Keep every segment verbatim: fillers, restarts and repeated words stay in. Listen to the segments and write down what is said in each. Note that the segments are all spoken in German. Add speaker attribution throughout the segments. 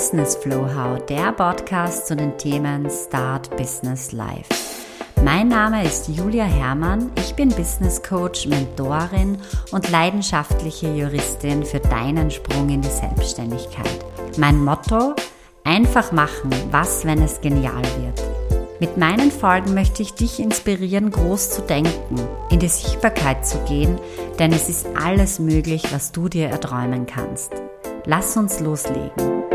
Speaker 1: Business Flow-How, der Podcast zu den Themen Start, Business, Life. Mein Name ist Julia Herrmann, ich bin Business Coach, Mentorin und leidenschaftliche Juristin für deinen Sprung in die Selbstständigkeit. Mein Motto: einfach machen, was, wenn es genial wird. Mit meinen Folgen möchte ich dich inspirieren, groß zu denken, in die Sichtbarkeit zu gehen, denn es ist alles möglich, was du dir erträumen kannst. Lass uns loslegen.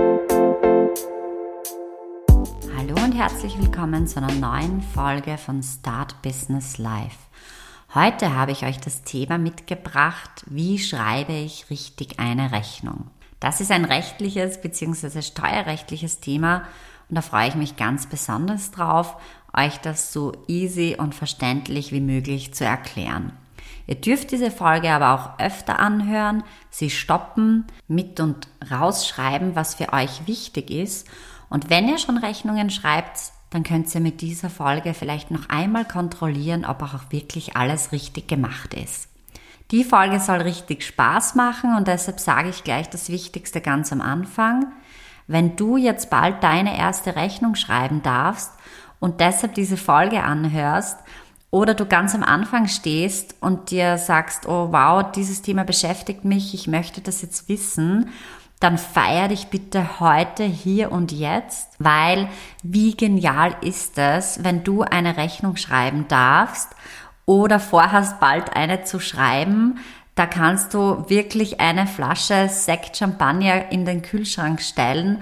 Speaker 1: Hallo und herzlich willkommen zu einer neuen Folge von Start Business Life. Heute habe ich euch das Thema mitgebracht: Wie schreibe ich richtig eine Rechnung? Das ist ein rechtliches bzw. steuerrechtliches Thema und da freue ich mich ganz besonders drauf, euch das so easy und verständlich wie möglich zu erklären. Ihr dürft diese Folge aber auch öfter anhören, sie stoppen, mit und rausschreiben, was für euch wichtig ist. Und wenn ihr schon Rechnungen schreibt, dann könnt ihr mit dieser Folge vielleicht noch einmal kontrollieren, ob auch wirklich alles richtig gemacht ist. Die Folge soll richtig Spaß machen und deshalb sage ich gleich das Wichtigste ganz am Anfang. Wenn du jetzt bald deine erste Rechnung schreiben darfst und deshalb diese Folge anhörst oder du ganz am Anfang stehst und dir sagst, oh wow, dieses Thema beschäftigt mich, ich möchte das jetzt wissen, dann feier dich bitte heute, hier und jetzt, weil wie genial ist es, wenn du eine Rechnung schreiben darfst oder vorhast, bald eine zu schreiben. Da kannst du wirklich eine Flasche Sekt Champagner in den Kühlschrank stellen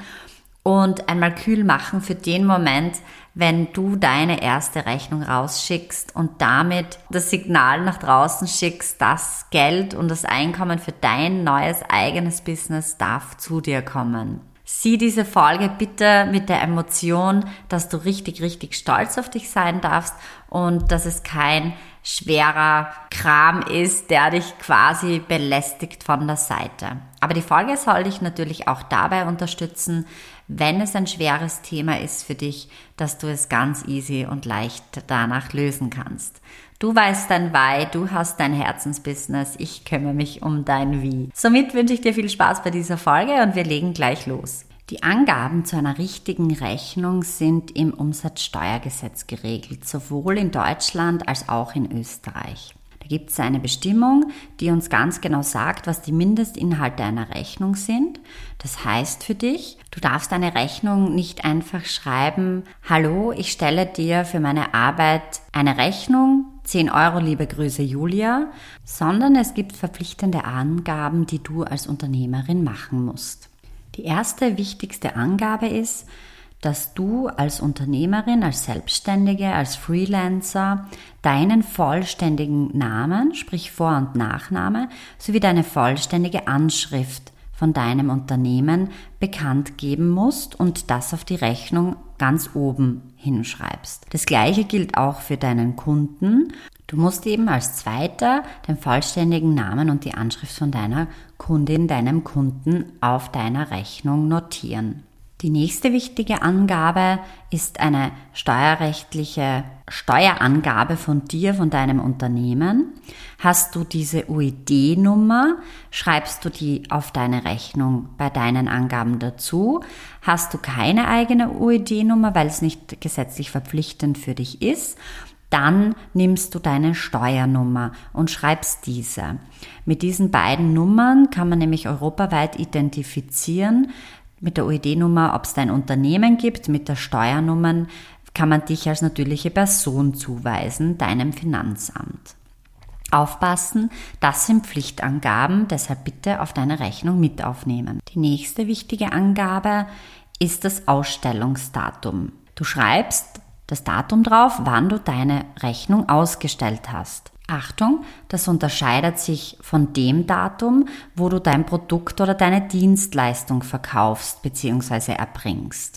Speaker 1: und einmal kühl machen für den Moment, wenn du deine erste Rechnung rausschickst und damit das Signal nach draußen schickst, das Geld und das Einkommen für dein neues eigenes Business darf zu dir kommen. Sieh diese Folge bitte mit der Emotion, dass du richtig, richtig stolz auf dich sein darfst und dass es kein schwerer Kram ist, der dich quasi belästigt von der Seite. Aber die Folge soll dich natürlich auch dabei unterstützen, wenn es ein schweres Thema ist für dich, dass du es ganz easy und leicht danach lösen kannst. Du weißt dein Why, du hast dein Herzensbusiness, ich kümmere mich um dein Wie. Somit wünsche ich dir viel Spaß bei dieser Folge und wir legen gleich los. Die Angaben zu einer richtigen Rechnung sind im Umsatzsteuergesetz geregelt, sowohl in Deutschland als auch in Österreich. Da gibt es eine Bestimmung, die uns ganz genau sagt, was die Mindestinhalte einer Rechnung sind. Das heißt für dich, du darfst eine Rechnung nicht einfach schreiben: Hallo, ich stelle dir für meine Arbeit eine Rechnung, zehn Euro, liebe Grüße Julia, sondern es gibt verpflichtende Angaben, die du als Unternehmerin machen musst. Die erste wichtigste Angabe ist, dass du als Unternehmerin, als Selbstständige, als Freelancer deinen vollständigen Namen, sprich Vor- und Nachname, sowie deine vollständige Anschrift von deinem Unternehmen bekannt geben musst und das auf die Rechnung ganz oben hinschreibst. Das Gleiche gilt auch für deinen Kunden. Du musst eben als Zweiter den vollständigen Namen und die Anschrift von deiner Kundin, deinem Kunden auf deiner Rechnung notieren. Die nächste wichtige Angabe ist eine steuerrechtliche Steuerangabe von dir, von deinem Unternehmen. Hast du diese U I D-Nummer, schreibst du die auf deine Rechnung bei deinen Angaben dazu. Hast du keine eigene U I D-Nummer, weil es nicht gesetzlich verpflichtend für dich ist, dann nimmst du deine Steuernummer und schreibst diese. Mit diesen beiden Nummern kann man nämlich europaweit identifizieren. Mit der U I D-Nummer, ob es dein Unternehmen gibt, mit der Steuernummer kann man dich als natürliche Person zuweisen, deinem Finanzamt. Aufpassen, das sind Pflichtangaben, deshalb bitte auf deine Rechnung mit aufnehmen. Die nächste wichtige Angabe ist das Ausstellungsdatum. Du schreibst das Datum drauf, wann du deine Rechnung ausgestellt hast. Achtung, das unterscheidet sich von dem Datum, wo du dein Produkt oder deine Dienstleistung verkaufst bzw. erbringst.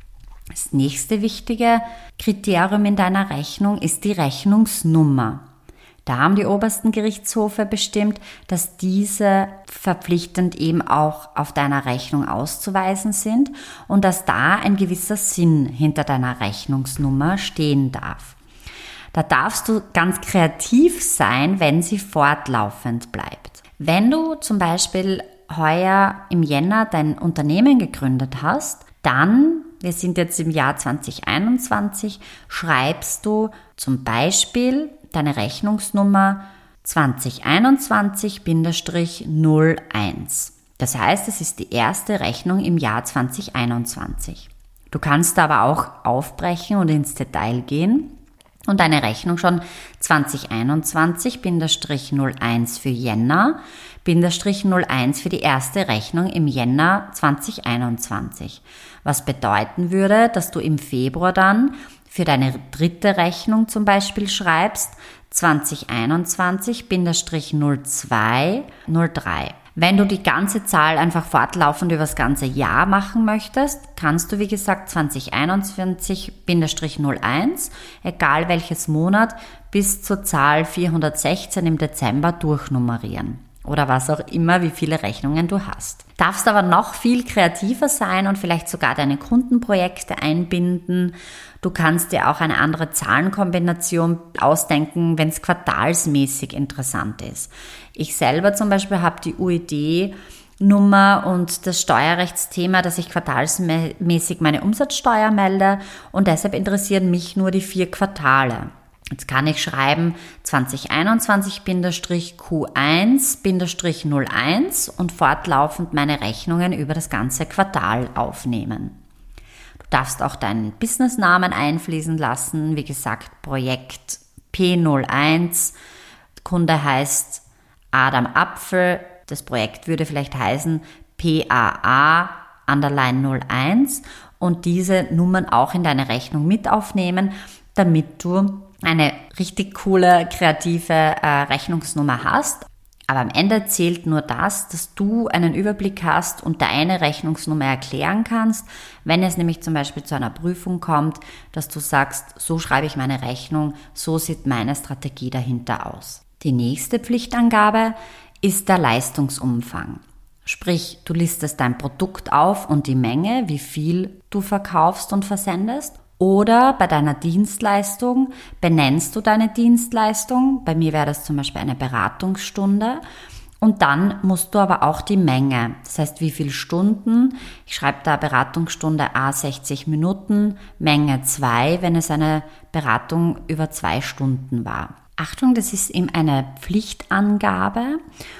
Speaker 1: Das nächste wichtige Kriterium in deiner Rechnung ist die Rechnungsnummer. Da haben die obersten Gerichtshöfe bestimmt, dass diese verpflichtend eben auch auf deiner Rechnung auszuweisen sind und dass da ein gewisser Sinn hinter deiner Rechnungsnummer stehen darf. Da darfst du ganz kreativ sein, wenn sie fortlaufend bleibt. Wenn du zum Beispiel heuer im Jänner dein Unternehmen gegründet hast, dann, wir sind jetzt im Jahr zwanzig einundzwanzig, schreibst du zum Beispiel deine Rechnungsnummer zwanzig einundzwanzig null eins. Das heißt, es ist die erste Rechnung im Jahr zwanzig einundzwanzig. Du kannst aber auch aufbrechen und ins Detail gehen und deine Rechnung schon zwanzig einundzwanzig null eins für Jänner, null eins für die erste Rechnung im Jänner zwanzig einundzwanzig. Was bedeuten würde, dass du im Februar dann für deine dritte Rechnung zum Beispiel schreibst zwanzig einundzwanzig null zwei null drei. Wenn du die ganze Zahl einfach fortlaufend über das ganze Jahr machen möchtest, kannst du wie gesagt zwanzig einundzwanzig null eins, egal welches Monat, bis zur Zahl vierhundertsechzehn im Dezember durchnummerieren. Oder was auch immer, wie viele Rechnungen du hast. Darfst aber noch viel kreativer sein und vielleicht sogar deine Kundenprojekte einbinden. Du kannst dir auch eine andere Zahlenkombination ausdenken, wenn es quartalsmäßig interessant ist. Ich selber zum Beispiel habe die U I D-Nummer und das Steuerrechtsthema, dass ich quartalsmäßig meine Umsatzsteuer melde und deshalb interessieren mich nur die vier Quartale. Jetzt kann ich schreiben zwanzig einundzwanzig Q eins null eins und fortlaufend meine Rechnungen über das ganze Quartal aufnehmen. Du darfst auch deinen Businessnamen einfließen lassen. Wie gesagt, Projekt P null eins. Kunde heißt Adam Apfel. Das Projekt würde vielleicht heißen P A A Underline null eins und diese Nummern auch in deine Rechnung mit aufnehmen, damit du eine richtig coole, kreative äh, Rechnungsnummer hast. Aber am Ende zählt nur das, dass du einen Überblick hast und deine Rechnungsnummer erklären kannst. Wenn es nämlich zum Beispiel zu einer Prüfung kommt, dass du sagst, so schreibe ich meine Rechnung, so sieht meine Strategie dahinter aus. Die nächste Pflichtangabe ist der Leistungsumfang. Sprich, du listest dein Produkt auf und die Menge, wie viel du verkaufst und versendest. Oder bei deiner Dienstleistung benennst du deine Dienstleistung. Bei mir wäre das zum Beispiel eine Beratungsstunde. Und dann musst du aber auch die Menge, das heißt wie viele Stunden. Ich schreibe da Beratungsstunde A sechzig Minuten, Menge zwei, wenn es eine Beratung über zwei Stunden war. Achtung, das ist eben eine Pflichtangabe.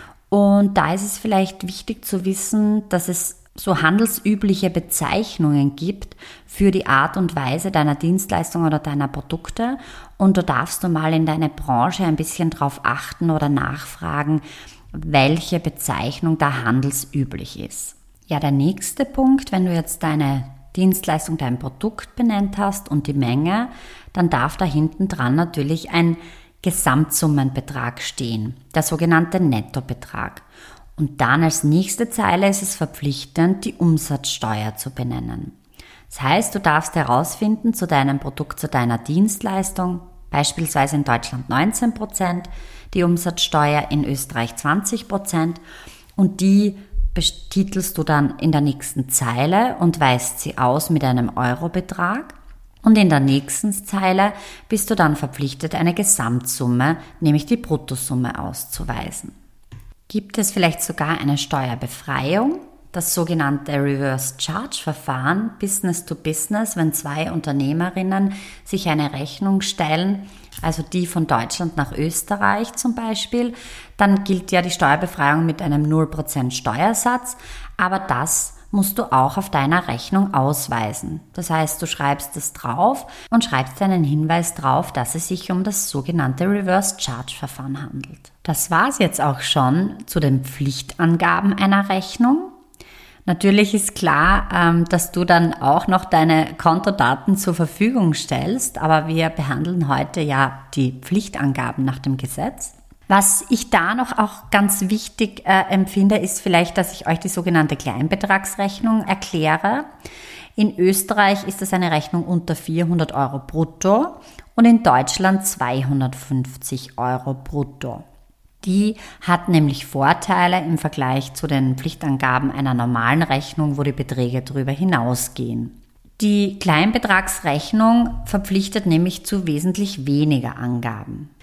Speaker 1: Und da ist es vielleicht wichtig zu wissen, dass es so handelsübliche Bezeichnungen gibt für die Art und Weise deiner Dienstleistung oder deiner Produkte und da darfst du mal in deine Branche ein bisschen drauf achten oder nachfragen, welche Bezeichnung da handelsüblich ist. Ja, der nächste Punkt, wenn du jetzt deine Dienstleistung, dein Produkt benannt hast und die Menge, dann darf da hinten dran natürlich ein Gesamtsummenbetrag stehen, der sogenannte Nettobetrag. Und dann als nächste Zeile ist es verpflichtend, die Umsatzsteuer zu benennen. Das heißt, du darfst herausfinden zu deinem Produkt, zu deiner Dienstleistung, beispielsweise in Deutschland neunzehn Prozent, die Umsatzsteuer in Österreich zwanzig Prozent und die betitelst du dann in der nächsten Zeile und weist sie aus mit einem Eurobetrag. Und in der nächsten Zeile bist du dann verpflichtet, eine Gesamtsumme, nämlich die Bruttosumme auszuweisen. Gibt es vielleicht sogar eine Steuerbefreiung, das sogenannte Reverse Charge Verfahren, Business to Business, wenn zwei Unternehmerinnen sich eine Rechnung stellen, also die von Deutschland nach Österreich zum Beispiel, dann gilt ja die Steuerbefreiung mit einem null Prozent Steuersatz, aber das musst du auch auf deiner Rechnung ausweisen. Das heißt, du schreibst es drauf und schreibst einen Hinweis drauf, dass es sich um das sogenannte Reverse Charge Verfahren handelt. Das war's jetzt auch schon zu den Pflichtangaben einer Rechnung. Natürlich ist klar, dass du dann auch noch deine Kontodaten zur Verfügung stellst, aber wir behandeln heute ja die Pflichtangaben nach dem Gesetz. Was ich da noch auch ganz wichtig äh, empfinde, ist vielleicht, dass ich euch die sogenannte Kleinbetragsrechnung erkläre. In Österreich ist das eine Rechnung unter vierhundert Euro brutto und in Deutschland zweihundertfünfzig Euro brutto. Die hat nämlich Vorteile im Vergleich zu den Pflichtangaben einer normalen Rechnung, wo die Beträge darüber hinausgehen. Die Kleinbetragsrechnung verpflichtet nämlich zu wesentlich weniger Angaben.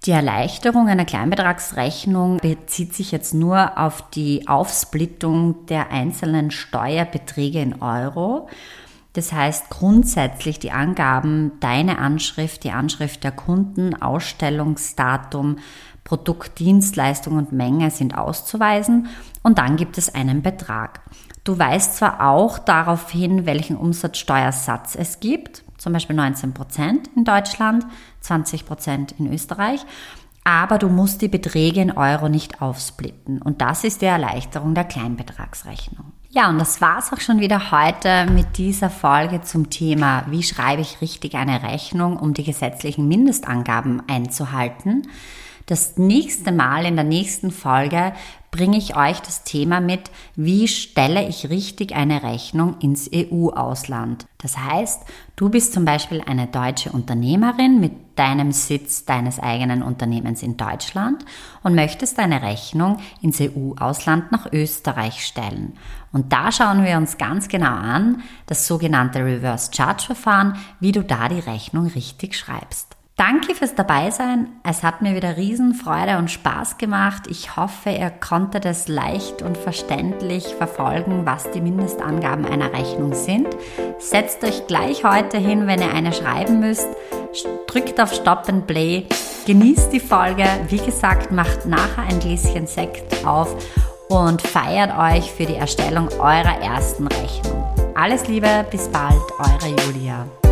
Speaker 1: Die Erleichterung einer Kleinbetragsrechnung bezieht sich jetzt nur auf die Aufsplittung der einzelnen Steuerbeträge in Euro. Das heißt grundsätzlich die Angaben, deine Anschrift, die Anschrift der Kunden, Ausstellungsdatum, Produkt, Dienstleistung und Menge sind auszuweisen und dann gibt es einen Betrag. Du weist zwar auch darauf hin, welchen Umsatzsteuersatz es gibt, zum Beispiel neunzehn Prozent in Deutschland, zwanzig Prozent in Österreich, aber du musst die Beträge in Euro nicht aufsplitten und das ist die Erleichterung der Kleinbetragsrechnung. Ja, und das war's auch schon wieder heute mit dieser Folge zum Thema, wie schreibe ich richtig eine Rechnung, um die gesetzlichen Mindestangaben einzuhalten. Das nächste Mal in der nächsten Folge bringe ich euch das Thema mit, wie stelle ich richtig eine Rechnung ins E U-Ausland. Das heißt, du bist zum Beispiel eine deutsche Unternehmerin mit deinem Sitz deines eigenen Unternehmens in Deutschland und möchtest deine Rechnung ins E U-Ausland nach Österreich stellen. Und da schauen wir uns ganz genau an, das sogenannte Reverse Charge Verfahren, wie du da die Rechnung richtig schreibst. Danke fürs Dabeisein. Es hat mir wieder Riesenfreude und Spaß gemacht. Ich hoffe, ihr konntet es leicht und verständlich verfolgen, was die Mindestangaben einer Rechnung sind. Setzt euch gleich heute hin, wenn ihr eine schreiben müsst. Drückt auf Stop and Play. Genießt die Folge. Wie gesagt, macht nachher ein Gläschen Sekt auf und feiert euch für die Erstellung eurer ersten Rechnung. Alles Liebe, bis bald, eure Julia.